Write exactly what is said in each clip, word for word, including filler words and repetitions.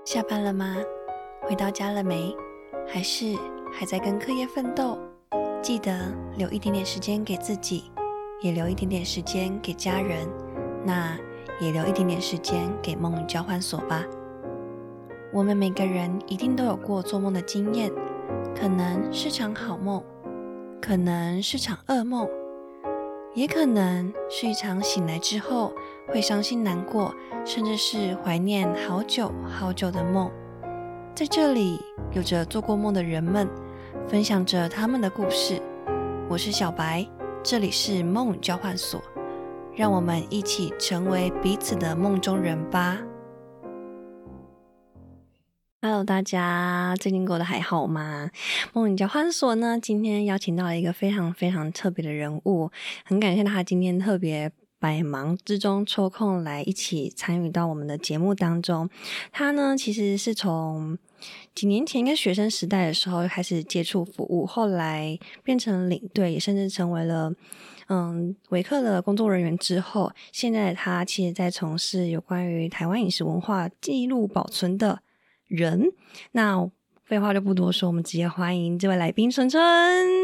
下班了吗？回到家了没？还是还在跟课业奋斗？记得留一点点时间给自己，也留一点点时间给家人，那也留一点点时间给梦与交换所吧。我们每个人一定都有过做梦的经验，可能是场好梦，可能是场噩梦，也可能是一场醒来之后会伤心难过，甚至是怀念好久好久的梦。在这里，有着做过梦的人们，分享着他们的故事。我是小白，这里是梦交换所，让我们一起成为彼此的梦中人吧。Hello， 大家最近过得还好吗？梦交换所呢，今天邀请到了一个非常非常特别的人物，很感谢他今天特别百忙之中抽空来一起参与到我们的节目当中。他呢其实是从几年前应该学生时代的时候开始接触服务，后来变成领队，也甚至成为了嗯微客的工作人员之后，现在他其实在从事有关于台湾饮食文化记录保存的人。那废话就不多说，我们直接欢迎这位来宾纯纯。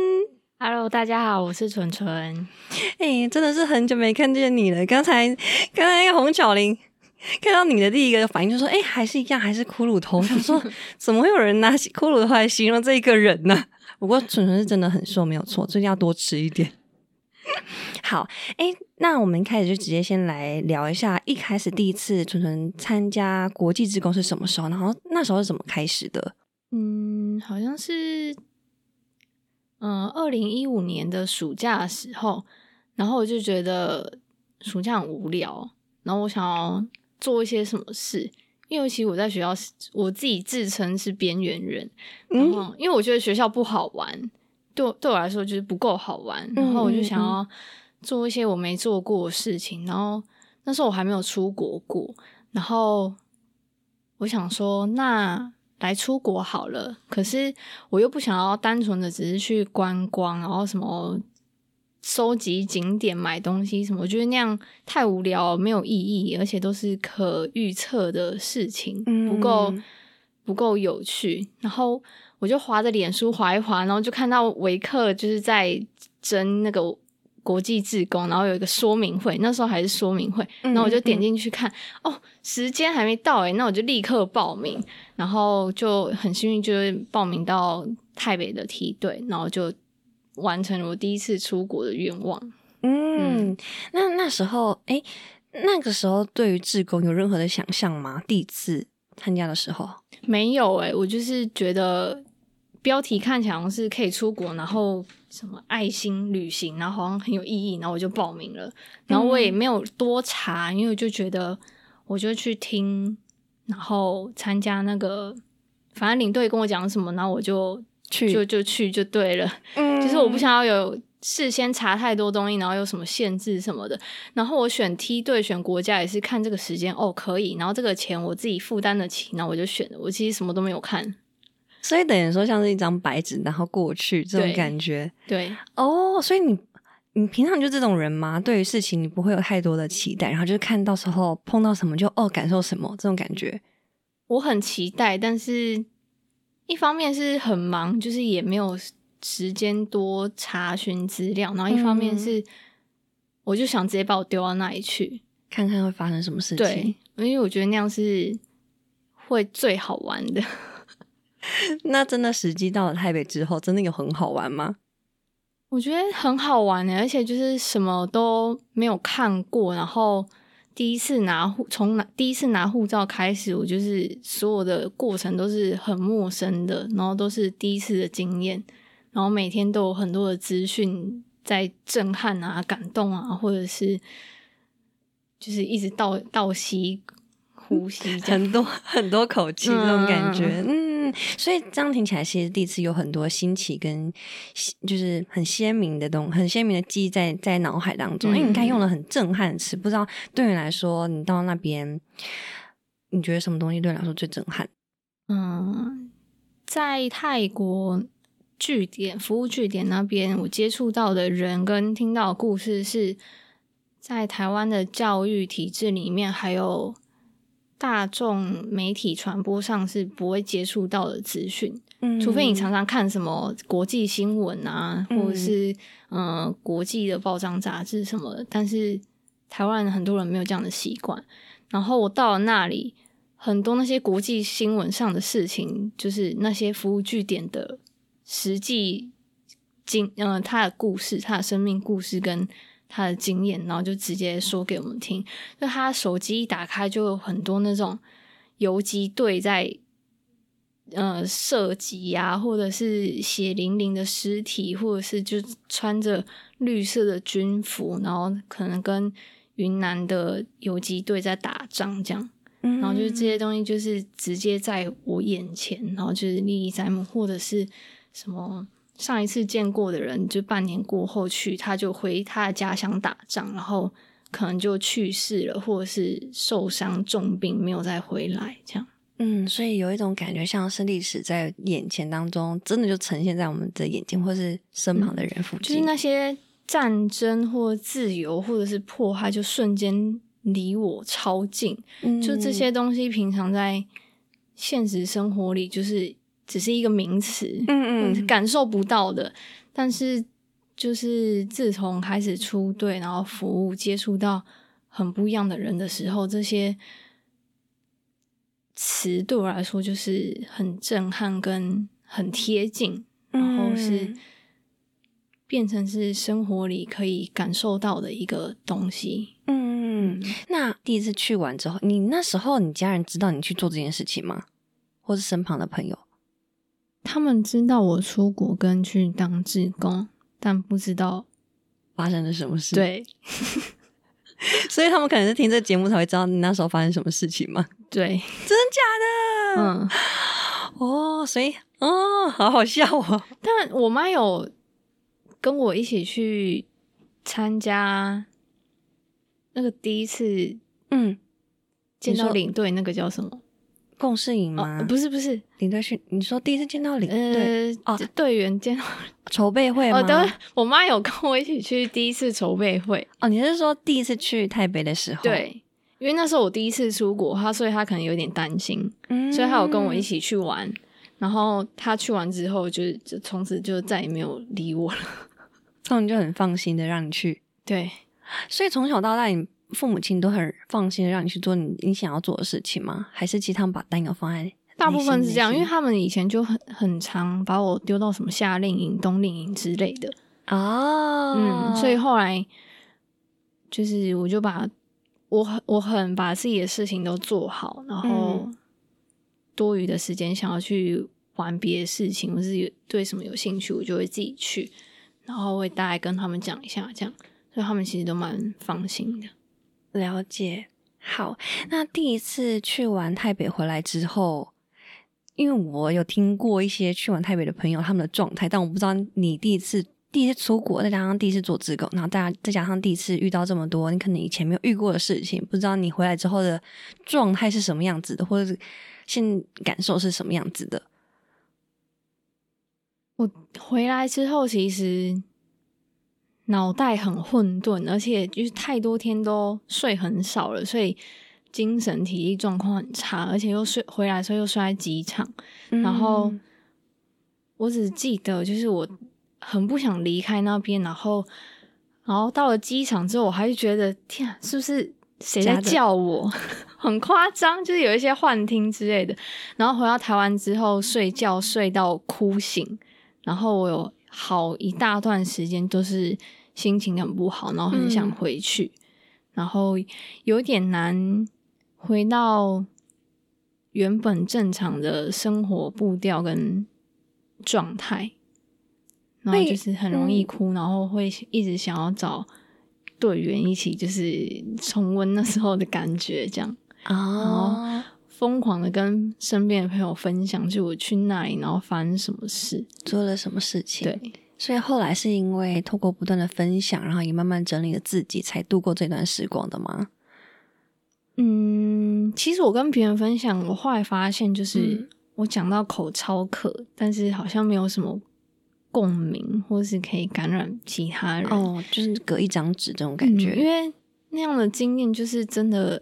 Hello， 大家好，我是纯纯。 哎、欸，真的是很久没看见你了。刚才刚才那个洪巧玲看到你的第一个反应就说：“哎、欸，还是一样，还是骷髅头。”我想说，怎么会有人拿骷髅头来形容这一个人呢？不过纯纯是真的很瘦，没有错，最近要多吃一点。好，哎、欸，那我们一开始就直接先来聊一下，一开始第一次纯纯参加国际志工是什么时候？然后那时候是怎么开始的？ 嗯，好像是。嗯，二零一五年的暑假的时候，然后我就觉得暑假很无聊，然后我想要做一些什么事，因为其实我在学校，我自己自称是边缘人，然后因为我觉得学校不好玩，对我对我来说就是不够好玩，然后我就想要做一些我没做过的事情，然后那时候我还没有出国过，然后我想说那来出国好了，可是我又不想要单纯的只是去观光，然后什么收集景点买东西什么，我觉得那样太无聊没有意义，而且都是可预测的事情，不够不够有趣。然后我就滑着脸书滑一滑，然后就看到微客就是在争那个国际志工，然后有一个说明会，那时候还是说明会，然后我就点进去看，嗯嗯嗯哦，时间还没到诶，那我就立刻报名，然后就很幸运就是报名到台北的梯队，然后就完成了我第一次出国的愿望。 嗯，嗯那那时候诶，那个时候对于志工有任何的想象吗？第一次参加的时候没有诶，我就是觉得标题看起来好像是可以出国，然后什么爱心旅行，然后好像很有意义，然后我就报名了，然后我也没有多查，因为我就觉得我就去听，然后参加那个，反正领队跟我讲什么，然后我就去就就去就对了。嗯，就是我不想要有事先查太多东西，然后有什么限制什么的。然后我选梯队选国家也是看这个时间哦可以，然后这个钱我自己负担得起，然后我就选了。我其实什么都没有看。 所以等于说像是一张白纸然后过去这种感觉。 对哦， oh, 所以你你平常就这种人吗？对于事情你不会有太多的期待，然后就是看到时候碰到什么就哦感受什么这种感觉？ 我很期待，但是一方面是很忙，就是也没有时间多查询资料，然后一方面是、嗯、我就想直接把我丢到那里去看看会发生什么事情。 对，因为我觉得那样是会最好玩的。 那真的实际到了台北之后真的有很好玩吗？ 我觉得很好玩耶，而且就是什么都没有看过，然后第一次拿从拿第一次拿护照开始，我就是所有的过程都是很陌生的，然后都是第一次的经验，然后每天都有很多的资讯在震撼啊感动啊，或者是就是一直倒倒吸呼吸很多很多口气这种感觉。嗯，嗯，所以这样听起来其实第一次有很多新奇跟就是很鲜明的东很鲜明的记忆在在脑海当中。因为你刚用了很震撼的词，不知道对你来说你到那边你觉得什么东西对你来说最震撼？ 嗯，在泰国据点服务据点那边，我接触到的人跟听到的故事是在台湾的教育体制里面还有大众媒体传播上是不会接触到的资讯。 嗯， 除非你常常看什么国际新闻啊， 嗯、 或者是呃国际的报章杂志什么的，但是台湾很多人没有这样的习惯。然后我到了那里，很多那些国际新闻上的事情，就是那些服务据点的实际经呃他的故事、他的生命故事跟他的经验，然后就直接说给我们听。就他手机一打开，就有很多那种游击队在。呃，射击啊，或者是血淋淋的尸体，或者是就穿着绿色的军服，然后可能跟云南的游击队在打仗这样， 嗯、 然后就是这些东西就是直接在我眼前，然后就是历历在目，或者是什么上一次见过的人，就半年过后去，他就回他的家乡打仗，然后可能就去世了，或者是受伤重病没有再回来这样。 嗯，所以有一种感觉像是历史在眼前当中真的就呈现在我们的眼睛或是身旁的人附近、嗯、 就是那些战争或自由或者是迫害就瞬间离我超近、嗯、就这些东西平常在现实生活里就是只是一个名词，嗯嗯，感受不到的，但是就是自从开始出队然后服务接触到很不一样的人的时候，这些词对我来说就是很震撼跟很贴近、嗯、然后是变成是生活里可以感受到的一个东西。 嗯，那第一次去完之后，你那时候你家人知道你去做这件事情吗？或是身旁的朋友？ 他们知道我出国跟去当志工，但不知道发生了什么事。 对所以他们可能是听这节目才会知道你那时候发生什么事情吗？ 对， 真的假的？嗯，哦，所以哦，好好笑哦。 但我妈有跟我一起去参加那个第一次，嗯，见到领队那个叫什么？ 共事营吗、 哦？不是不是， 领队训，你说第一次见到领队、 呃、哦，队员见到筹备会吗？ 哦，对，我妈有跟我一起去第一次筹备会。 哦，你是说第一次去台北的时候？ 对，因为那时候我第一次出国，她所以她可能有点担心，嗯、所以她有跟我一起去玩。然后她去完之后就，就从此就再也没有理我了。 他们就很放心的让你去。 对， 所以从小到大，你父母亲都很放心的让你去做你你想要做的事情吗？还是其实他们把担忧放在？ 大部分是这样，因为他们以前就很很常把我丢到什么夏令营、冬令营之类的哦， 嗯，所以后来就是我就把我很我很把自己的事情都做好，然后多余的时间想要去玩别的事情，或是对什么有兴趣，我就会自己去，然后会大概跟他们讲一下，这样，所以他们其实都蛮放心的。 了解。好，那第一次去完台北回来之后，因为我有听过一些去完台北的朋友他们的状态，但我不知道你第一次第一次出国，再加上第一次做志工，然后再再加上第一次遇到这么多你可能以前没有遇过的事情，不知道你回来之后的状态是什么样子的，或者是现感受是什么样子的。 我回来之后其实脑袋很混沌，而且就是太多天都睡很少了，所以精神体力状况很差，而且又睡回来的时候又睡在机场、嗯、然后我只记得就是我很不想离开那边，然后然后到了机场之后我还是觉得天啊，是不是谁在叫我很夸张，就是有一些幻听之类的。然后回到台湾之后睡觉睡到哭醒，然后我有好一大段时间都是心情很不好，然后很想回去、嗯、然后有点难回到原本正常的生活步调跟状态，然后就是很容易哭、嗯、然后会一直想要找队员一起就是重温那时候的感觉这样、哦、然后疯狂的跟身边的朋友分享就我去那里然后发生什么事， 做了什么事情。 对， 所以后来是因为透过不断的分享，然后也慢慢整理了自己才度过这段时光的吗？ 嗯，其实我跟别人分享，我后来发现就是我讲到口超渴、嗯、但是好像没有什么共鸣或是可以感染其他人。 哦，就是隔一张纸这种感觉、 嗯、因为那样的经验就是真的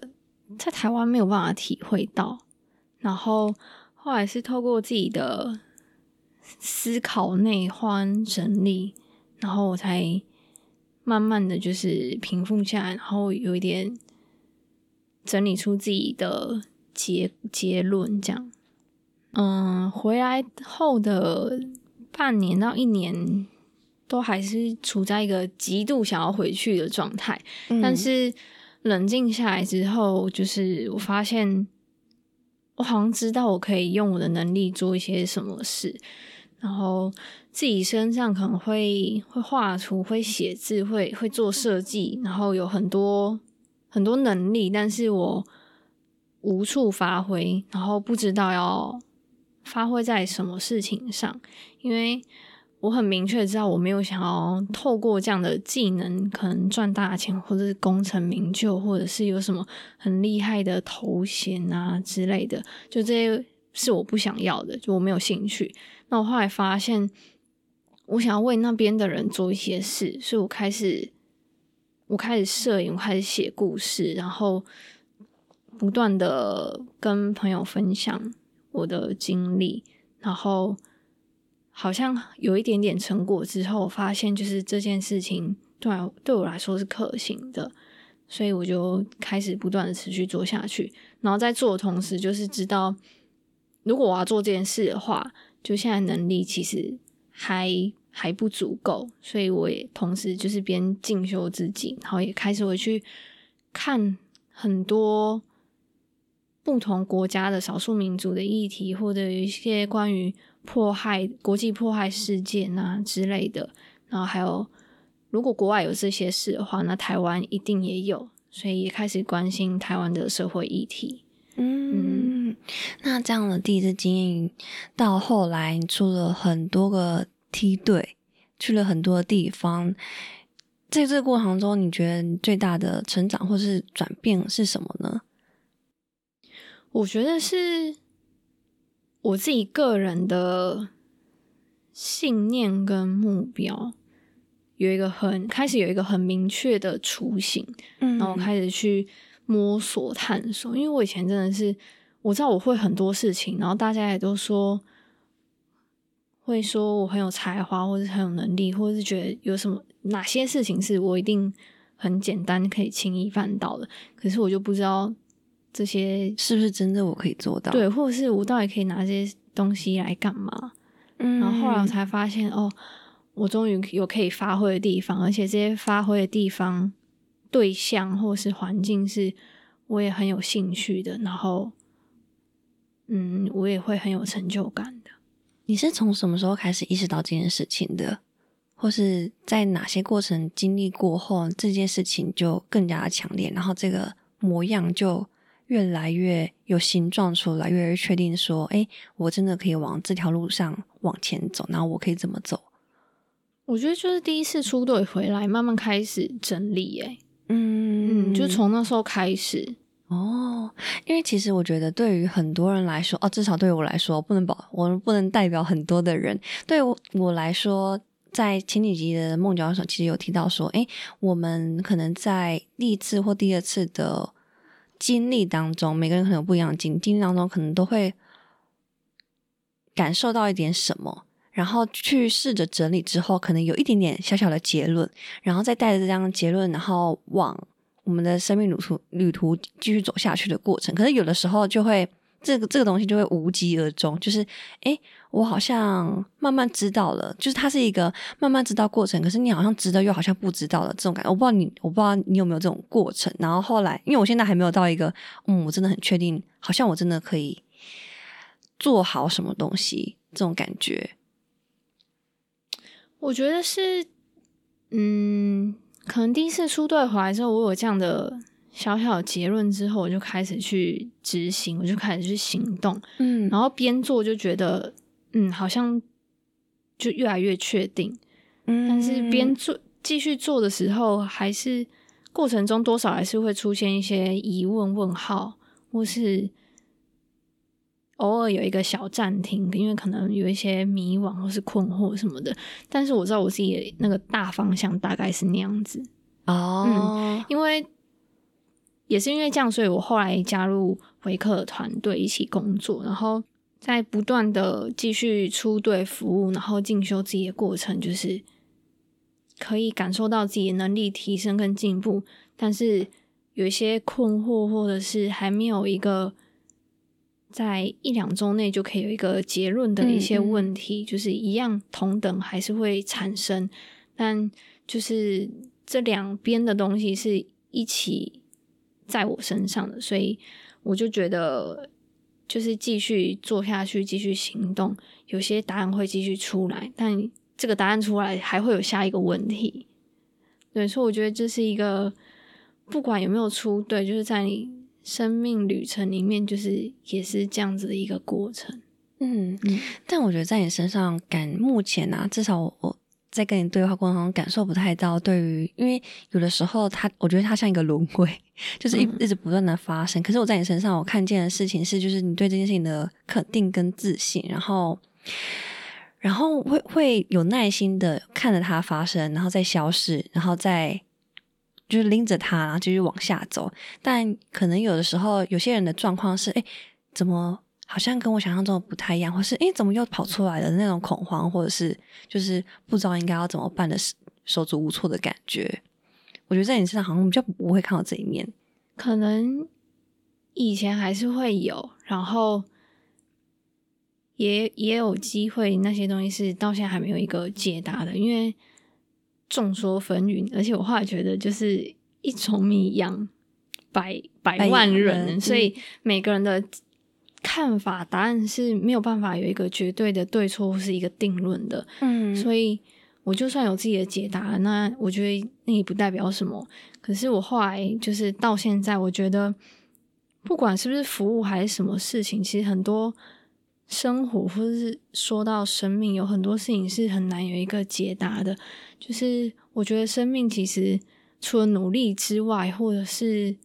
在台湾没有办法体会到，然后后来是透过自己的思考内观整理，然后我才慢慢的就是平复下来，然后有一点整理出自己的结结论这样。嗯，回来后的半年到一年都还是处在一个极度想要回去的状态、嗯、但是冷静下来之后，就是我发现我好像知道我可以用我的能力做一些什么事，然后自己身上可能会会画图，会写字，会会做设计，然后有很多很多能力，但是我无处发挥，然后不知道要发挥在什么事情上，因为我很明确知道我没有想要透过这样的技能可能赚大钱，或者是功成名就，或者是有什么很厉害的头衔啊之类的，就这些是我不想要的，就我没有兴趣。那我后来发现我想要为那边的人做一些事，所以我开始我开始摄影，我开始写故事，然后不断的跟朋友分享我的经历，然后好像有一点点成果之后，我发现就是这件事情对我对我来说是可行的，所以我就开始不断的持续做下去。然后在做的同时，就是知道如果我要做这件事的话，就现在能力其实还还不足够，所以我也同时就是边进修自己，然后也开始回去看很多不同国家的少数民族的议题，或者有一些关于迫害国际迫害事件啊之类的，然后还有如果国外有这些事的话，那台湾一定也有，所以也开始关心台湾的社会议题。 嗯, 嗯那这样的第一次经验到后来你出了很多个梯队，去了很多的地方，在这个过程中你觉得你最大的成长或是转变是什么呢？ 我觉得是我自己个人的信念跟目标有一个很开始有一个很明确的雏形、嗯、然后我开始去摸索探索。因为我以前真的是我知道我会很多事情，然后大家也都说会说我很有才华，或者很有能力，或者是觉得有什么哪些事情是我一定很简单可以轻易办到的，可是我就不知道这些是不是真的我可以做到， 对，或者是我到底可以拿这些东西来干嘛、嗯、然后后来我才发现哦，我终于有可以发挥的地方，而且这些发挥的地方对象或是环境是我也很有兴趣的，然后嗯，我也会很有成就感的。 你是从什么时候开始意识到这件事情的，或是在哪些过程经历过后这件事情就更加的强烈，然后这个模样就越来越有形状出来，越来越确定说诶我真的可以往这条路上往前走，然后我可以怎么走？ 我觉得就是第一次出队回来慢慢开始整理诶嗯嗯，就从那时候开始哦。因为其实我觉得对于很多人来说，哦，至少对我来说，不能保我不能代表很多的人，对我我来说，在前几集的梦教授其实有提到说诶我们可能在第一次或第二次的经历当中，每个人可能有不一样的经历经历当中，可能都会感受到一点什么，然后去试着整理之后，可能有一点点小小的结论，然后再带着这样的结论，然后往我们的生命旅途旅途继续走下去的过程。可是有的时候就会这个这个东西就会无疾而终，就是诶我好像慢慢知道了，就是它是一个慢慢知道过程，可是你好像知道又好像不知道的这种感觉。我不知道你我不知道你有没有这种过程，然后后来因为我现在还没有到一个嗯我真的很确定好像我真的可以做好什么东西这种感觉。 我觉得是嗯可能第一次出队回来之后，我有这样的小小的结论之后，我就开始去执行，我就开始去行动，嗯，然后边做就觉得嗯好像就越来越确定，嗯，但是边做继续做的时候，还是过程中多少还是会出现一些疑问问号，或是偶尔有一个小暂停，因为可能有一些迷惘或是困惑什么的，但是我知道我自己的那个大方向大概是那样子哦、 嗯，因为也是因为这样，所以我后来加入微客的团队一起工作，然后在不断的继续出队服务，然后进修自己的过程，就是可以感受到自己的能力提升跟进步，但是有一些困惑或者是还没有一个在一两周内就可以有一个结论的一些问题，嗯嗯就是一样同等还是会产生，但就是这两边的东西是一起在我身上的，所以我就觉得就是继续做下去，继续行动，有些答案会继续出来，但这个答案出来还会有下一个问题。对，所以我觉得这是一个不管有没有出队，就是在你生命旅程里面，就是也是这样子的一个过程。 嗯嗯，但我觉得在你身上感目前啊，至少我我在跟你对话过程中感受不太到对于，因为有的时候它我觉得它像一个轮回，就是一、嗯、一直不断的发生，可是我在你身上我看见的事情是就是你对这件事情的肯定跟自信，然后然后会会有耐心的看着它发生，然后再消逝，然后再就是拎着它然后继续往下走。但可能有的时候有些人的状况是诶怎么好像跟我想象中的不太一样，或是诶怎么又跑出来了那种恐慌，或者是就是不知道应该要怎么办的手足无措的感觉。我觉得在你身上好像比较不会看到这一面， 可能以前还是会有，然后也也有机会那些东西是到现在还没有一个解答的，因为众说纷纭，而且我后来觉得就是一种米养百百万人、哎、所以每个人的看法答案是没有办法有一个绝对的对错或是一个定论的。嗯，所以我就算有自己的解答，那我觉得那也不代表什么。可是我后来就是到现在，我觉得不管是不是服务还是什么事情，其实很多生活或者是说到生命，有很多事情是很难有一个解答的。就是我觉得生命其实除了努力之外，或者是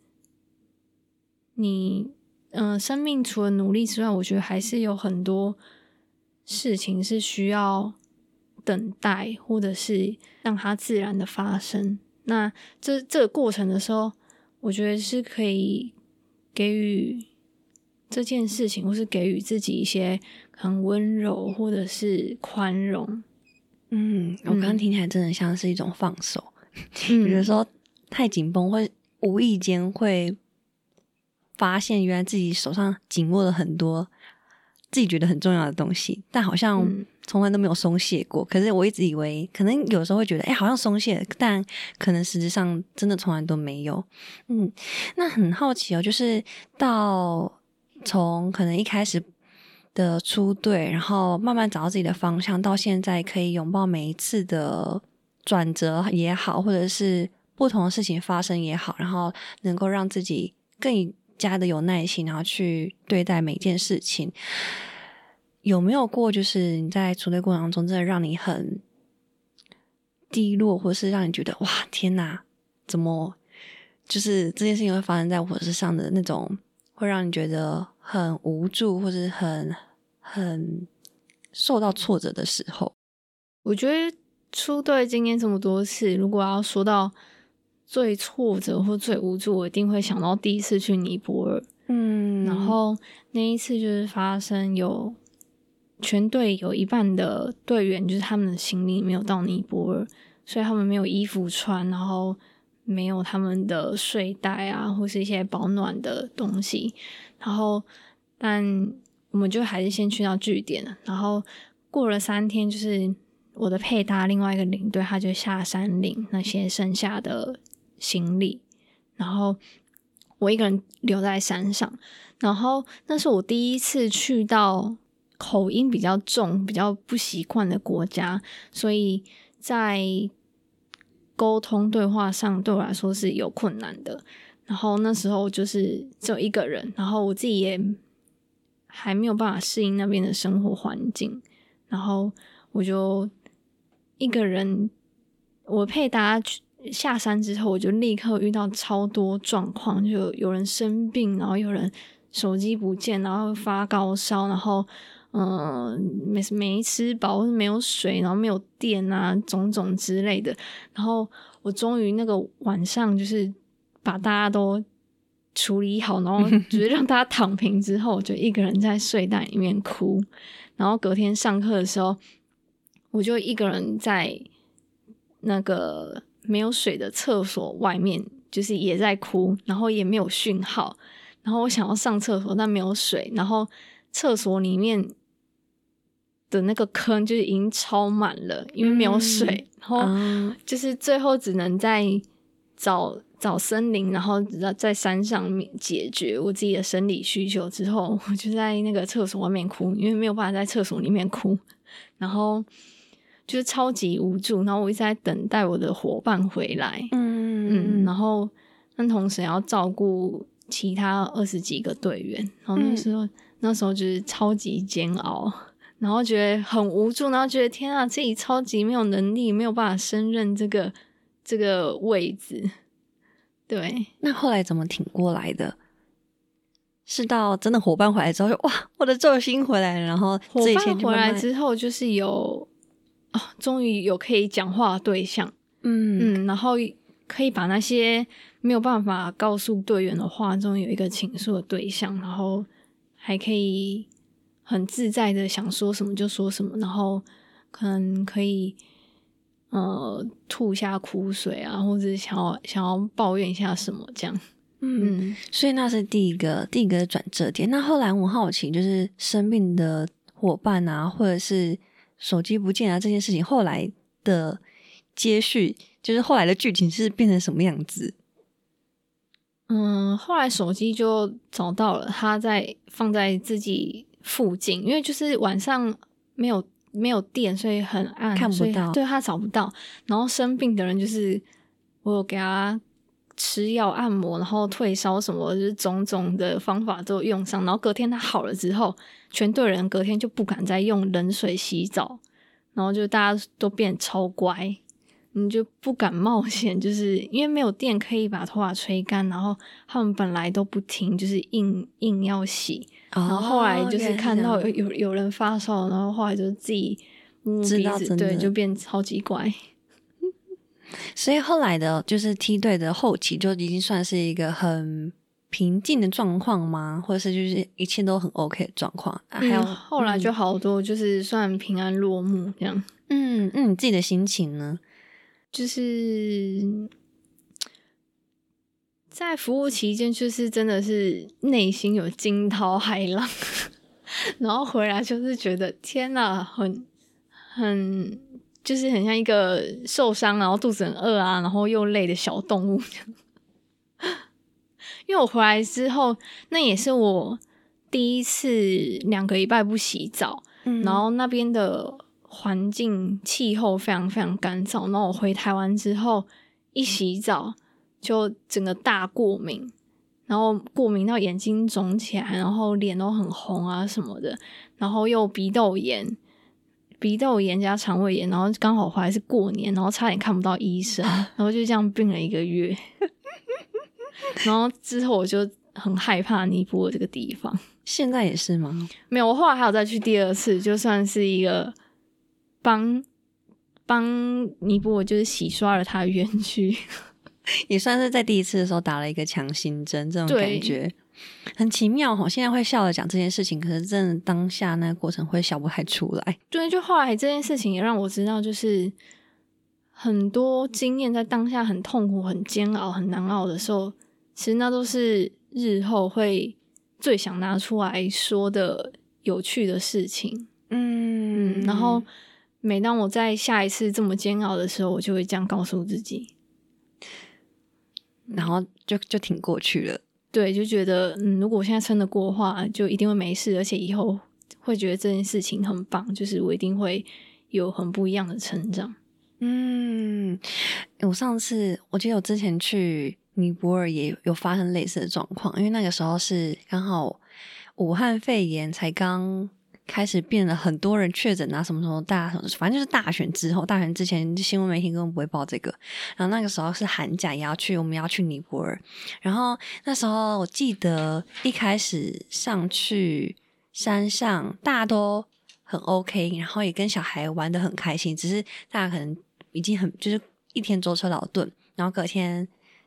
你嗯、呃，生命除了努力之外，我觉得还是有很多事情是需要等待，或者是让它自然的发生。那这这个过程的时候，我觉得是可以给予这件事情，或是给予自己一些很温柔或者是宽容。 嗯，我刚刚听起来真的像是一种放手。嗯、有的时候太紧绷，会无意间会发现原来自己手上紧握了很多自己觉得很重要的东西，但好像从来都没有松懈过、嗯、可是我一直以为可能有时候会觉得哎，好像松懈了，但可能实质上真的从来都没有。嗯，那很好奇哦，就是到从可能一开始的出队，然后慢慢找到自己的方向，到现在可以拥抱每一次的转折也好，或者是不同的事情发生也好，然后能够让自己更加的有耐心，然后去对待每件事情。有没有过就是你在出队过程中真的让你很低落，或是让你觉得哇天哪，怎么就是这件事情会发生在我身上的那种，会让你觉得很无助，或是很很受到挫折的时候？ 我觉得出队经验这么多次，如果要说到最挫折或最无助，我一定会想到第一次去尼泊尔。嗯，然后那一次就是发生有全队有一半的队员就是他们的行李没有到尼泊尔，所以他们没有衣服穿，然后没有他们的睡袋啊或是一些保暖的东西，然后但我们就还是先去到据点，然后过了三天，就是我的配搭另外一个领队他就下山领那些剩下的行李，然后我一个人留在山上。然后那是我第一次去到口音比较重比较不习惯的国家，所以在沟通对话上对我来说是有困难的。然后那时候就是只有一个人，然后我自己也还没有办法适应那边的生活环境，然后我就一个人，我配搭下山之后，我就立刻遇到超多状况，就有人生病，然后有人手机不见，然后发高烧，然后嗯没没吃饱，或是没有水，然后没有电啊，种种之类的。然后我终于那个晚上就是把大家都处理好，然后就是让大家躺平之后，我就一个人在睡袋里面哭。然后隔天上课的时候，我就一个人在那个没有水的厕所外面，就是也在哭，然后也没有讯号。然后我想要上厕所，但没有水，然后厕所里面的那个坑就是已经超满了，因为没有水。嗯、然后就是最后只能在找找森林，然后在山上面解决我自己的生理需求之后，我就在那个厕所外面哭，因为没有办法在厕所里面哭，然后就是超级无助，然后我一直在等待我的伙伴回来。嗯嗯，然后但同时也要照顾其他二十几个队员，然后那时候、嗯、那时候就是超级煎熬，然后觉得很无助，然后觉得天啊，自己超级没有能力，没有办法胜任这个这个位置。对， 那后来怎么挺过来的？是到真的伙伴回来之后就，哇，我的救星回来了，然后伙伴回来之后就是有啊，终于有可以讲话的对象，嗯嗯，然后可以把那些没有办法告诉队员的话中有一个倾诉的对象，然后还可以很自在的想说什么就说什么，然后可能可以呃吐一下苦水啊，或者想要想要抱怨一下什么这样。 嗯, 嗯，所以那是第一个第一个转折点。那后来我好奇，就是生病的伙伴啊，或者是手机不见啊这件事情，后来的接续，就是后来的剧情是变成什么样子？ 嗯，后来手机就找到了，他在放在自己附近，因为就是晚上没有没有电，所以很暗， 看不到， 对，他找不到。然后生病的人就是我有给他吃药按摩，然后退烧什么，就是种种的方法都用上。然后隔天他好了之后，全队人隔天就不敢再用冷水洗澡，然后就大家都变超乖，你就不敢冒险，就是因为没有电可以把头发吹干，然后他们本来都不听，就是硬硬要洗。哦、然后后来就是看到有有有人发烧，然后后来就自己摸鼻子，对，就变超级乖。 所以后来的就是梯队的后期就已经算是一个很平静的状况吗？或者是就是一切都很 OK 的状况、啊、还有、 嗯、后来就好多、嗯、就是算平安落幕这样。 嗯嗯，你自己的心情呢？ 就是在服务期间就是真的是内心有惊涛骇浪然后回来就是觉得天哪，很很就是很像一个受伤然后肚子很饿啊然后又累的小动物因为我回来之后那也是我第一次两个礼拜不洗澡、嗯、然后那边的环境气候非常非常干燥，然后我回台湾之后一洗澡就整个大过敏，然后过敏到眼睛肿起来，然后脸都很红啊什么的，然后又鼻窦炎鼻窦炎加肠胃炎，然后刚好回来是过年，然后差点看不到医生然后就这样病了一个月然后之后我就很害怕尼泊尔这个地方。 现在也是吗？ 没有，我后来还有再去第二次，就算是一个帮帮尼泊尔就是洗刷了他的冤屈也算是在第一次的时候打了一个强心针，这种感觉很奇妙齁。现在会笑着讲这件事情，可是真的当下那个过程会笑不太出来。 对，就后来这件事情也让我知道，就是很多经验在当下很痛苦很煎熬很难熬的时候，其实那都是日后会最想拿出来说的有趣的事情。 嗯, 嗯然后每当我在下一次这么煎熬的时候，我就会这样告诉自己， 然后就就挺过去了。 对，就觉得嗯，如果我现在撑得过的话就一定会没事，而且以后会觉得这件事情很棒，就是我一定会有很不一样的成长。 嗯，我上次我记得我之前去尼泊尔也有发生类似的状况，因为那个时候是刚好武汉肺炎才刚开始变了，很多人确诊啊什么什么大，反正就是大选之后，大选之前新闻媒体根本不会报这个。然后那个时候是寒假也要去，我们要去尼泊尔。然后那时候我记得一开始上去山上大家都很 OK， 然后也跟小孩玩得很开心，只是大家可能已经很就是一天舟车劳顿，然后隔天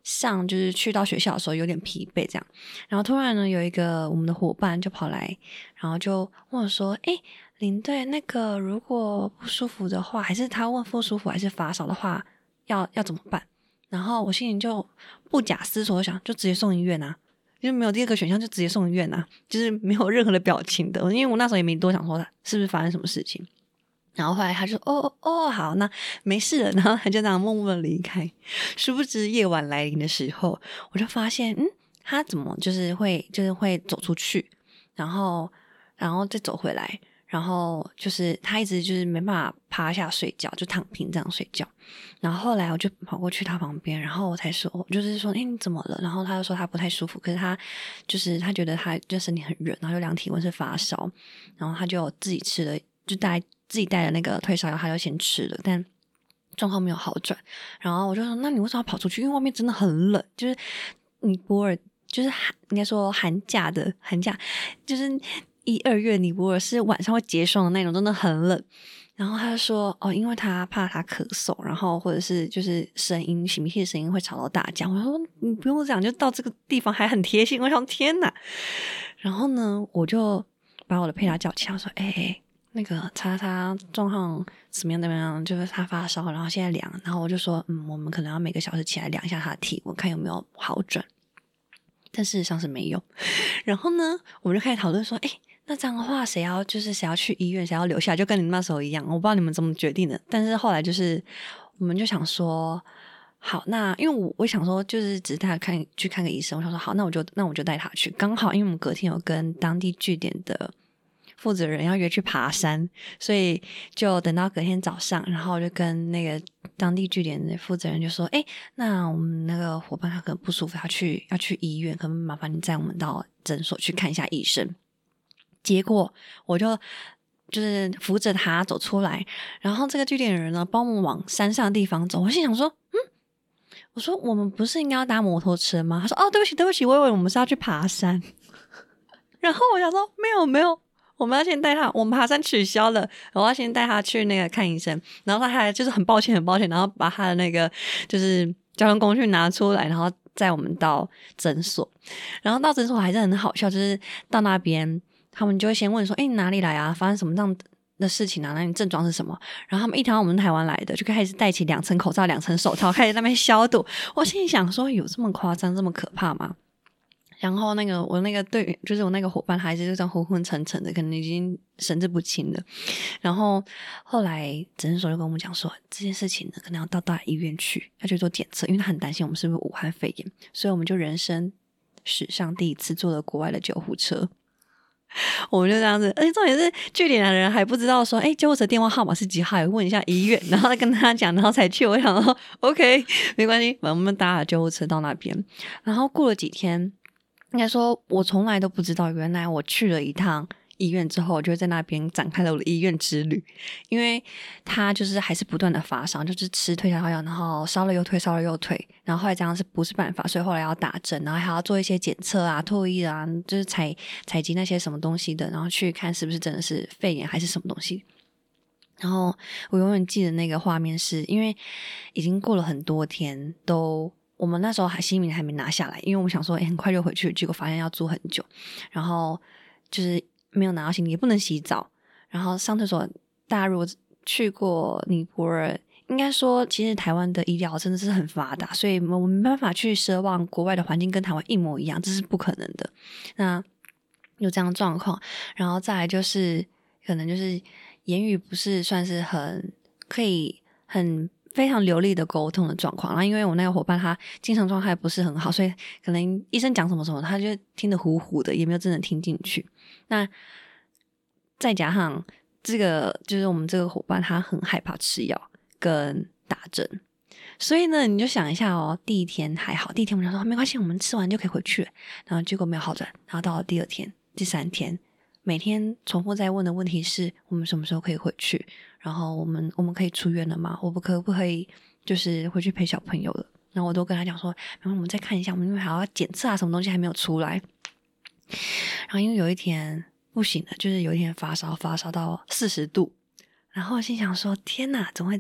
上就是去到学校的时候有点疲惫这样，然后突然呢有一个我们的伙伴就跑来，然后就问我说诶领队那个如果不舒服的话，还是他问不舒服还是发烧的话要要怎么办，然后我心里就不假思索想就直接送医院啊，就没有第二个选项，就直接送医院啊，就是没有任何的表情的，因为我那时候也没多想说是不是发生什么事情。然后后来他就哦哦好那没事了，然后他就这样默默的离开。殊不知夜晚来临的时候，我就发现嗯他怎么就是会就是会走出去，然后然后再走回来，然后就是他一直就是没办法趴下睡觉，就躺平这样睡觉。然后后来我就跑过去他旁边，然后我才说就是说诶你怎么了，然后他就说他不太舒服，可是他就是他觉得他就身体很热，然后就量体温是发烧，然后他就自己吃了就带自己带的那个退烧药，他就先吃了，但状况没有好转。然后我就说那你为什么要跑出去，因为外面真的很冷，就是尼泊尔就是寒应该说寒假的寒假就是一二月尼泊尔是晚上会结霜的那种，真的很冷。然后他就说哦因为他怕他咳嗽，然后或者是就是声音擤鼻涕的声音会吵到大家。我说你不用讲，就到这个地方还很贴心，我想天哪。然后呢我就把我的配搭叫起来，我说哎、欸那个叉叉状况怎么样怎么样，就是他发烧，然后现在量，然后我就说嗯我们可能要每个小时起来量一下他的体温，看有没有好转，但事实上是没有。然后呢我们就开始讨论说诶那这样的话谁要就是谁要去医院谁要留下来，就跟你们那时候一样，我不知道你们怎么决定的。但是后来就是我们就想说好那因为我我想说就是只带他看去看个医生，我想说好那我就那我就带他去，刚好因为我们隔天有跟当地据点的负责人要约去爬山，所以就等到隔天早上，然后就跟那个当地据点的负责人就说诶那我们那个伙伴他可能不舒服要去要去医院，可能麻烦你载我们到诊所去看一下医生。结果我就就是扶着他走出来，然后这个据点的人呢帮我们往山上的地方走，我心想说嗯我说我们不是应该要搭摩托车吗？他说哦对不起对不起我以为我们是要去爬山。然后我想说没有没有我们要先带他，我们爬山取消了，我要先带他去那个看医生。然后他还就是很抱歉很抱歉，然后把他的那个就是交通工具拿出来，然后载我们到诊所。然后到诊所还是很好笑，就是到那边他们就会先问说诶你哪里来啊，发生什么样的事情啊，那你症状是什么。然后他们一听到我们台湾来的就开始戴起两层口罩两层手套开始在那边消毒。我心里想说有这么夸张这么可怕吗？然后那个我那个队就是我那个伙伴还是就这样昏昏沉沉的，可能已经神志不清了。然后后来诊所就跟我们讲说这件事情呢可能要到大医院去要去做检测，因为他很担心我们是不是武汉肺炎，所以我们就人生史上第一次坐了国外的救护车。我们就这样子，而且重点是据点的人还不知道说诶救护车电话号码是几号，问一下医院，然后再跟他讲，然后才去。我想说 OK 没关系，我们搭了救护车到那边。然后过了几天，应该说我从来都不知道原来我去了一趟医院之后，我就在那边展开了我的医院之旅。因为他就是还是不断的发烧，就是吃退烧药，然后烧了又退烧了又退，然后后来这样是不是办法，所以后来要打针，然后还要做一些检测啊唾液啊，就是采采集那些什么东西的，然后去看是不是真的是肺炎还是什么东西。然后我永远记得那个画面，是因为已经过了很多天，都我们那时候还行李还没拿下来，因为我们想说诶很快就回去，结果发现要住很久，然后就是没有拿到行李，也不能洗澡，然后上厕所。大家如果去过尼泊尔应该说其实台湾的医疗真的是很发达，所以我们没办法去奢望国外的环境跟台湾一模一样，这是不可能的。那有这样的状况，然后再来就是可能就是言语不是算是很可以很非常流利的沟通的状况。然后因为我那个伙伴他精神状态不是很好，所以可能医生讲什么什么他就听得糊糊的，也没有真的听进去。那再加上这个就是我们这个伙伴他很害怕吃药跟打针，所以呢你就想一下哦，第一天还好，第一天我们想说没关系，我们吃完就可以回去了，然后结果没有好转。然后到了第二天第三天，每天重复在问的问题是我们什么时候可以回去，然后我们我们可以出院了吗，我们可不可以就是回去陪小朋友了。然后我都跟他讲说然后我们再看一下，我们因为还要检测啊什么东西还没有出来。然后因为有一天不行了，就是有一天发烧发烧到四十度，然后我心想说天哪怎么会这样。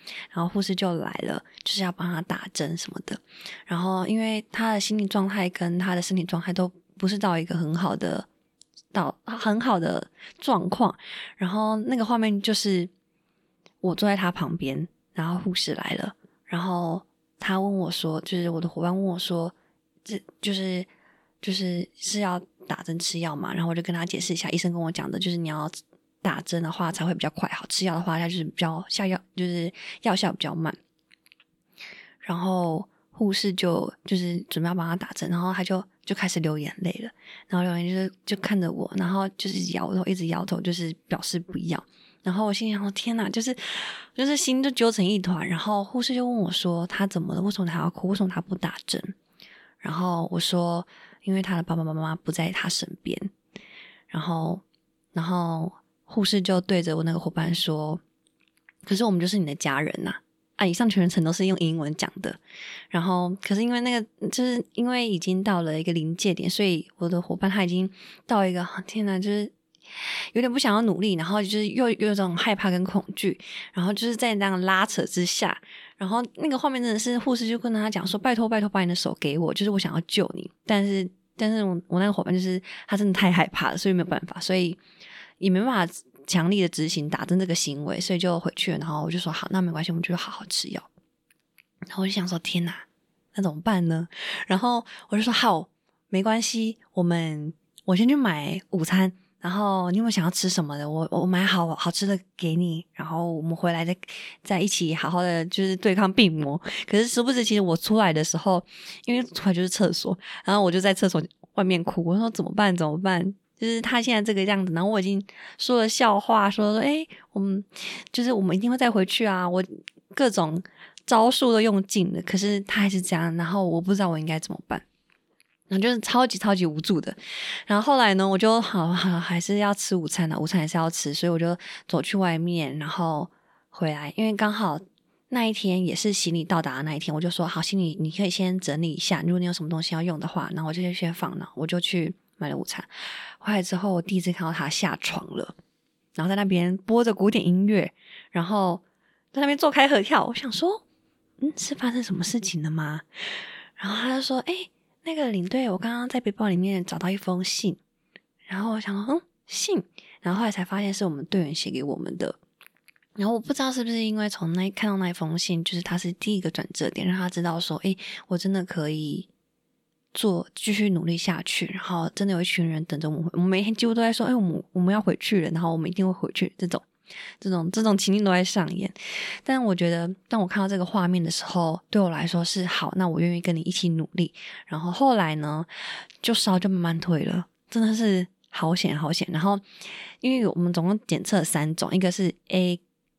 然后护士就来了，就是要帮他打针什么的。然后因为他的心理状态跟他的身体状态都不是到一个很好的到很好的状况，然后那个画面就是我坐在他旁边，然后护士来了，然后他问我说，就是我的伙伴问我说，这就是就是是要打针吃药嘛？然后我就跟他解释一下，医生跟我讲的就是你要打针的话才会比较快好，吃药的话它就是比较下药，就是药效比较慢。然后护士就就是准备要帮他打针，然后他就就开始流眼泪了，然后流眼泪就是就看着我，然后就是摇头，一直摇头，就是表示不要。然后我心里想说天哪，就是就是心就揪成一团。然后护士就问我说他怎么了，为什么他要哭，为什么他不打针？然后我说因为他的爸爸妈妈不在他身边。然后然后护士就对着我那个伙伴说，可是我们就是你的家人呐、啊。啊，以上全程都是用英文讲的，然后可是因为那个就是因为已经到了一个临界点，所以我的伙伴他已经到一个天哪，就是有点不想要努力，然后就是又又有种害怕跟恐惧，然后就是在那样拉扯之下，然后那个画面真的是护士就跟他讲说，拜托拜托把你的手给我，就是我想要救你，但是但是我我那个伙伴就是他真的太害怕了，所以没有办法，所以也没办法强力的执行打针这个行为，所以就回去了。然后我就说好，那没关系，我们就好好吃药。然后我就想说天哪，那怎么办呢？然后我就说好，没关系，我们我先去买午餐，然后你有没有想要吃什么的？我我买好好吃的给你，然后我们回来再再一起好好的就是对抗病魔。可是殊不知，其实我出来的时候，因为出来就是厕所，然后我就在厕所外面哭，我说怎么办？怎么办？就是他现在这个样子，然后我已经说了笑话，说说诶我们就是我们一定会再回去啊，我各种招数都用尽了，可是他还是这样，然后我不知道我应该怎么办，然后就是超级超级无助的。然后后来呢，我就好好还是要吃午餐了，午餐还是要吃，所以我就走去外面，然后回来，因为刚好那一天也是行李到达的那一天，我就说好，行李你可以先整理一下，如果你有什么东西要用的话，然后我就先放了，我就去买了午餐。回来之后我第一次看到他下床了，然后在那边播着古典音乐，然后在那边做开合跳。我想说嗯，是发生什么事情了吗？然后他就说诶、欸、那个领队，我刚刚在背包里面找到一封信。然后我想说嗯，信，然后后来才发现是我们队员写给我们的。然后我不知道是不是因为从那看到那封信，就是他是第一个转折点，让他知道说诶、欸、我真的可以做继续努力下去，然后真的有一群人等着我们，我们每天几乎都在说，哎，我们我们要回去了，然后我们一定会回去，这种这种这种情境都在上演。但我觉得当我看到这个画面的时候，对我来说是好，那我愿意跟你一起努力。然后后来呢就烧就慢慢退了，真的是好险好险。然后因为我们总共检测了三种，一个是 A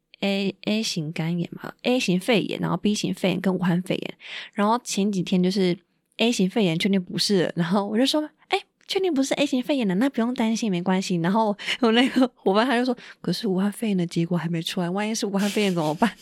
A A 型肝炎嘛 A 型肺炎，然后 B 型肺炎跟武汉肺炎。然后前几天就是A 型肺炎确定不是了，然后我就说诶确定不是 A 型肺炎了，那不用担心没关系。然后我那个伙伴他就说可是武汉肺炎的结果还没出来，万一是武汉肺炎怎么办？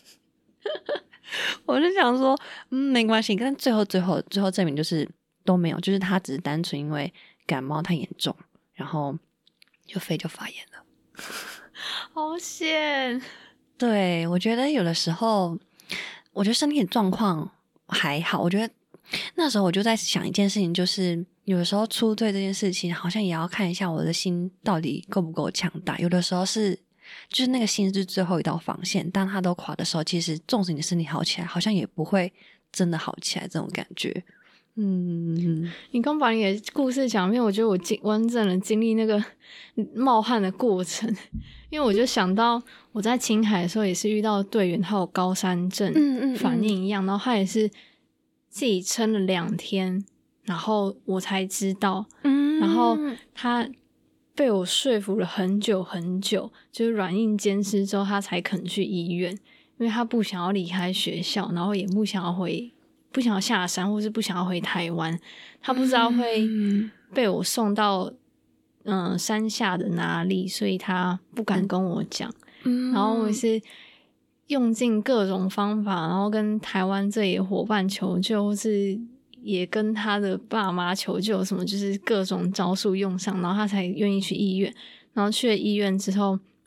我就想说嗯没关系，但最后最后最后证明就是都没有，就是他只是单纯因为感冒太严重，然后就肺就发炎了。 好险。 对，我觉得有的时候我觉得身体的状况还好，我觉得那时候我就在想一件事情，就是有的时候出队这件事情好像也要看一下我的心到底够不够强大。有的时候是就是那个心是最后一道防线，当它都垮的时候，其实纵使你的身体好起来，好像也不会真的好起来，这种感觉。嗯， 你刚把你的故事讲一遍，我觉得我经完整的经历那个冒汗的过程，因为我就想到我在青海的时候也是遇到队员他有高山症嗯嗯反应一样，然后他也是自己撑了两天，然后我才知道， 嗯， 然后他被我说服了很久很久，就是软硬兼施之后他才肯去医院，因为他不想要离开学校，然后也不想要回不想要下山，或是不想要回台湾，他不知道会被我送到嗯、呃、山下的哪里，所以他不敢跟我讲、嗯、然后我是用尽各种方法，然后跟台湾这里的伙伴求救，或是也跟他的爸妈求救，什么就是各种招数用上，然后他才愿意去医院。然后去了医院之后，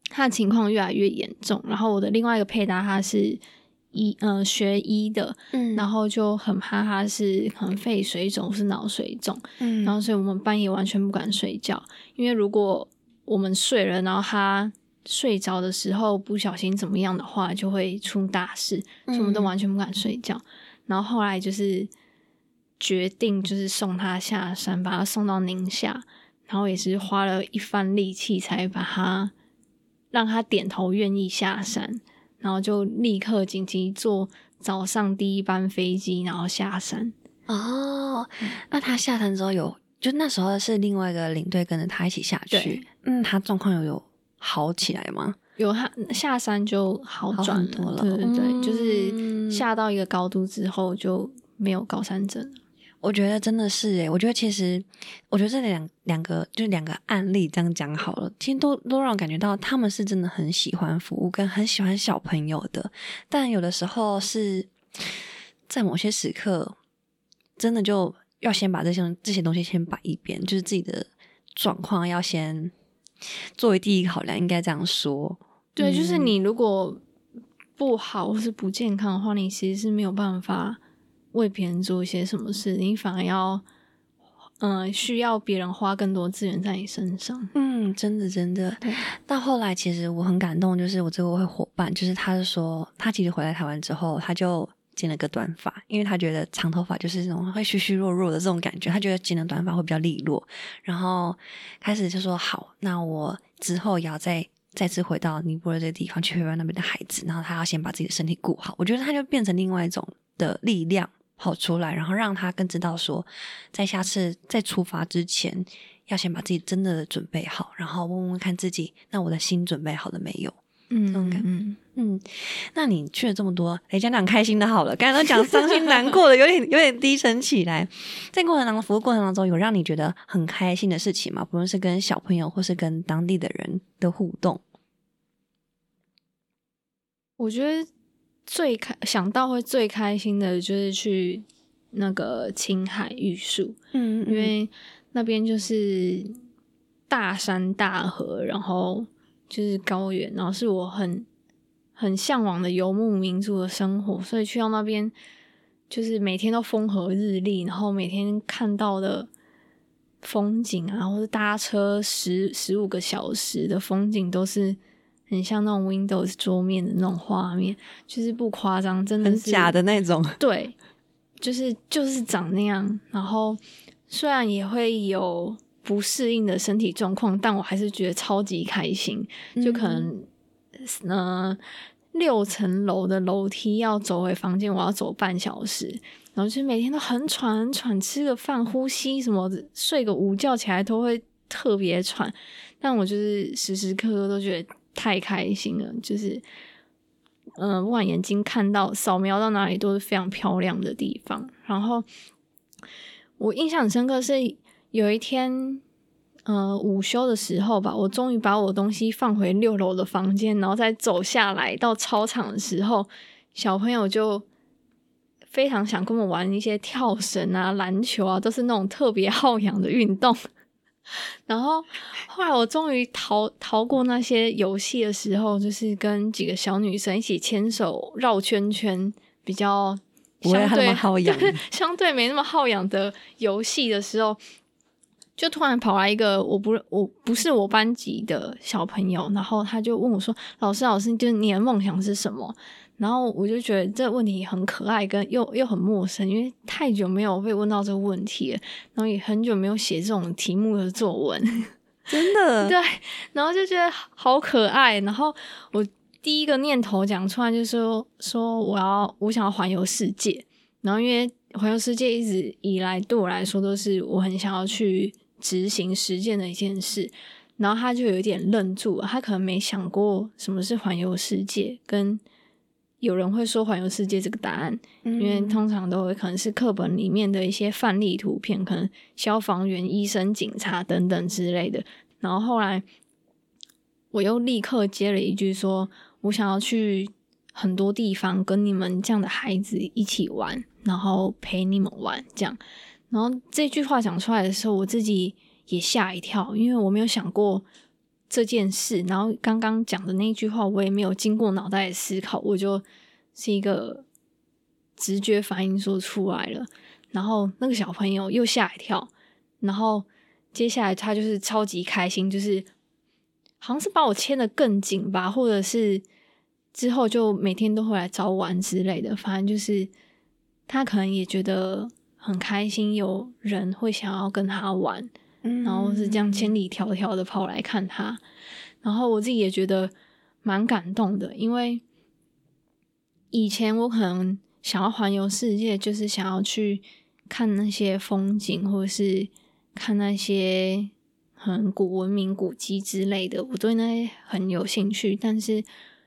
他的情况越来越严重，然后我的另外一个配搭他是医呃学医的，嗯，然后就很怕他是可能肺水肿是脑水肿，嗯，然后所以我们半夜完全不敢睡觉，因为如果我们睡了，然后他睡着的时候不小心怎么样的话，就会出大事，所以我们都完全不敢睡觉。嗯，然后后来就是决定就是送他下山，把他送到宁夏，然后也是花了一番力气才把他让他点头愿意下山，然后就立刻紧急坐早上第一班飞机，然后下山。 哦，那他下山之后有，就那时候是另外一个领队跟着他一起下去，嗯，他状况有有好起来吗？ 有，他下山就好转了， 好很多了， 对对对，嗯，就是下到一个高度之后就没有高山症了。 我觉得真的是耶，我觉得其实我觉得这两两个就两个案例这样讲好了，其实都都让我感觉到他们是真的很喜欢服务跟很喜欢小朋友的，但有的时候是在某些时刻真的就要先把这些这些东西先摆一边，就是自己的状况要先作为第一考量，应该这样说。 对，就是你如果不好或是不健康的话，你其实是没有办法为别人做一些什么事，你反而要嗯、呃，需要别人花更多资源在你身上。 嗯，真的真的。到后来其实我很感动，就是我这位伙伴，就是他是说他其实回来台湾之后他就剪了个短发，因为他觉得长头发就是那种会虚虚弱弱的这种感觉，他觉得剪了短发会比较利落，然后开始就说好，那我之后也要再再次回到尼泊尔这个地方去陪伴那边的孩子，然后他要先把自己的身体顾好。我觉得他就变成另外一种的力量跑出来，然后让他更知道说在下次在出发之前要先把自己真的准备好，然后问问看自己那我的心准备好了没有。 嗯，这种感觉。 嗯嗯，那你去了这么多，来讲讲开心的好了。刚才都讲伤心难过的，有点有点低沉起来。在过程当中，服务过程当中，有让你觉得很开心的事情吗？不论是跟小朋友，或是跟当地的人的互动。 我觉得最开想到会最开心的就是去那个青海玉树，嗯, 嗯，因为那边就是大山大河，然后就是高原，然后是我很很向往的游牧民族的生活，所以去到那边就是每天都风和日丽，然后每天看到的风景啊，或者搭车十十五个小时的风景都是很像那种 Windows 桌面的那种画面，就是不夸张，真的是很假的那种。 对，就是就是长那样。然后虽然也会有不适应的身体状况，但我还是觉得超级开心。就可能，嗯、呃，六层楼的楼梯要走回房间，我要走半小时，然后就是每天都很喘很喘，吃个饭、呼吸什么的，睡个午觉起来都会特别喘。但我就是时时刻刻都觉得太开心了，就是嗯、呃，不管眼睛看到扫描到哪里都是非常漂亮的地方。然后我印象很深刻是有一天呃午休的时候吧，我终于把我的东西放回六楼的房间，然后再走下来到操场的时候，小朋友就非常想跟我玩一些跳绳啊、篮球啊，都是那种特别耗氧的运动。然后后来我终于逃逃过那些游戏的时候，就是跟几个小女生一起牵手绕圈圈，比较不会那么耗氧， 相对没那么耗氧的游戏的时候，就突然跑来一个我不我不是我班级的小朋友，然后他就问我说：“老师，老师，就是你的梦想是什么？”然后我就觉得这个问题很可爱，跟又又很陌生，因为太久没有被问到这个问题了，然后也很久没有写这种题目的作文， 真的对，然后就觉得好可爱。然后我第一个念头讲出来就是说说我要我想要环游世界，然后因为环游世界一直以来对我来说都是我很想要去执行实践的一件事。然后他就有一点愣住了，他可能没想过什么是环游世界，跟有人会说环游世界这个答案，嗯、因为通常都会可能是课本里面的一些范例图片，可能消防员、医生、警察等等之类的。然后后来我又立刻接了一句说，我想要去很多地方跟你们这样的孩子一起玩，然后陪你们玩这样。然后这句话讲出来的时候，我自己也吓一跳，因为我没有想过这件事，然后刚刚讲的那句话我也没有经过脑袋的思考，我就是一个直觉反应说出来了，然后那个小朋友又吓一跳，然后接下来他就是超级开心，就是好像是把我牵得更紧吧，或者是之后就每天都会来找我玩之类的，反正就是他可能也觉得很开心，有人会想要跟他玩， 嗯， 然后是这样千里迢迢的跑来看他，然后我自己也觉得蛮感动的，因为以前我可能想要环游世界，就是想要去看那些风景，或者是看那些很古文明古迹之类的，我对那些很有兴趣，但是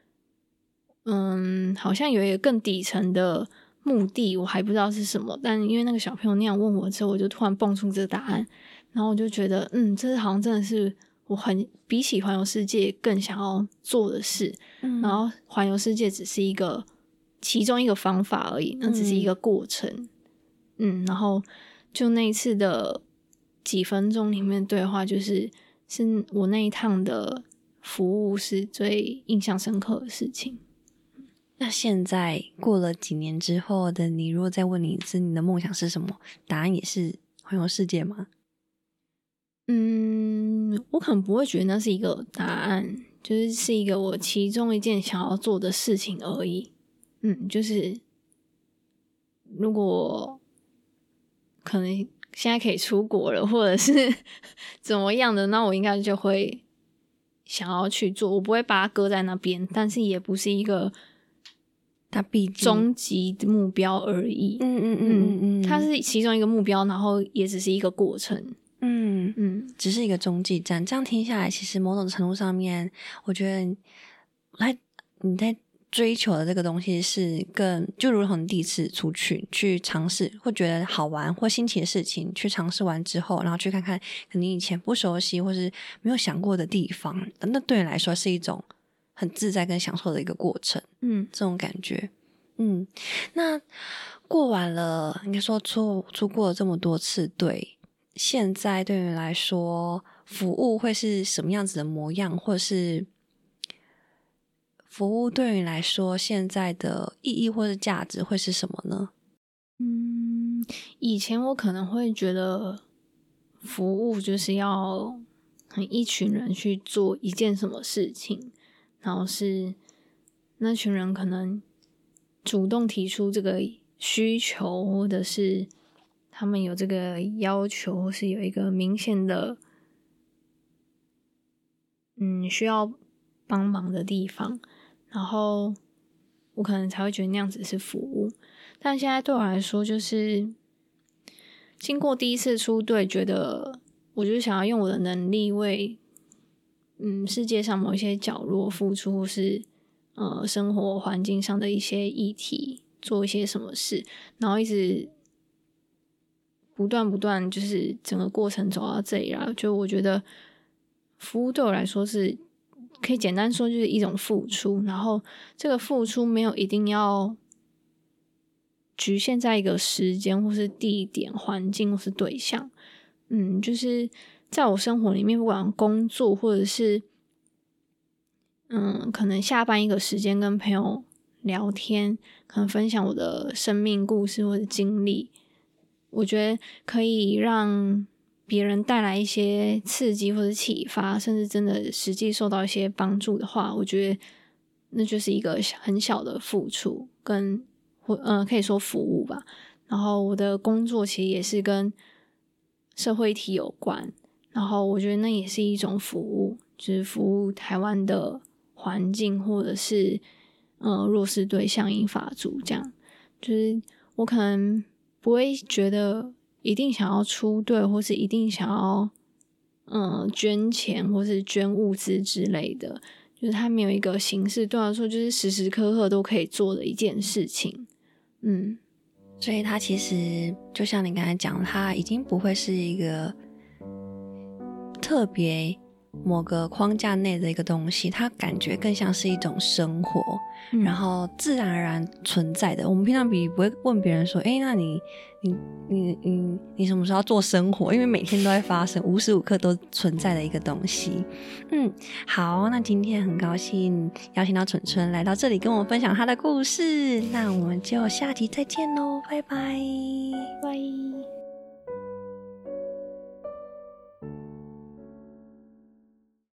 嗯，好像有一个更底层的目的我还不知道是什么，但因为那个小朋友那样问我之后，我就突然蹦出这个答案，然后我就觉得嗯，这好像真的是我很比起环游世界更想要做的事， 嗯， 然后环游世界只是一个其中一个方法而已，那只是一个过程。嗯, 嗯然后就那一次的几分钟里面对话，就是是我那一趟的服务是最印象深刻的事情。 那现在过了几年之后的你，如果再问你一次你的梦想是什么，答案也是环游世界吗？ 嗯，我可能不会觉得那是一个答案，就是是一个我其中一件想要做的事情而已。嗯，就是如果可能现在可以出国了，或者是怎么样的，那我应该就会想要去做，我不会把它搁在那边，但是也不是一个它毕竟终极的目标而已。 嗯嗯嗯嗯嗯， 它是其中一个目标，然后也只是一个过程。 嗯嗯， 只是一个中继站。这样听下来，其实某种程度上面，我觉得来你在追求的这个东西是更就如同你第一次出去去尝试，会觉得好玩或新奇的事情，去尝试完之后，然后去看看可能以前不熟悉或是没有想过的地方，那对你来说是一种很自在跟享受的一个过程。 嗯， 这种感觉。嗯，那过完了，应该说出出过了这么多次队，现在对你来说，服务会是什么样子的模样，或者是服务对你来说现在的意义或者价值会是什么呢？ 嗯，以前我可能会觉得服务就是要很一群人去做一件什么事情，然后是那群人可能主动提出这个需求，或者是他们有这个要求，或是有一个明显的嗯需要帮忙的地方，然后我可能才会觉得那样子是服务。但现在对我来说，就是经过第一次出队，觉得我就是想要用我的能力为嗯世界上某一些角落付出，或是呃生活环境上的一些议题做一些什么事，然后一直不断不断，就是整个过程走到这里啦。就我觉得服务对我来说是可以简单说就是一种付出，然后这个付出没有一定要局限在一个时间或是地点、环境或是对象。嗯，就是在我生活里面，不管工作或者是嗯，可能下班一个时间跟朋友聊天，可能分享我的生命故事或者经历，我觉得可以让别人带来一些刺激或者启发，甚至真的实际受到一些帮助的话，我觉得那就是一个很小的付出跟呃，可以说服务吧。然后我的工作其实也是跟社会议题有关，然后我觉得那也是一种服务，就是服务台湾的环境，或者是呃弱势对象、银发族这样。就是我可能不会觉得一定想要出队，或是一定想要嗯、呃、捐钱或是捐物资之类的，就是它没有一个形式，对我来说就是时时刻刻都可以做的一件事情。嗯， 所以它其实就像你刚才讲，它已经不会是一个特别某个框架内的一个东西，它感觉更像是一种生活、嗯、然后自然而然存在的。我们平常比不会问别人说诶那你你你你你什么时候要做生活，因为每天都在发生，无时无刻都存在的一个东西。嗯，好，那今天很高兴邀请到纯纯来到这里跟我们分享她的故事，那我们就下集再见咯，拜拜拜。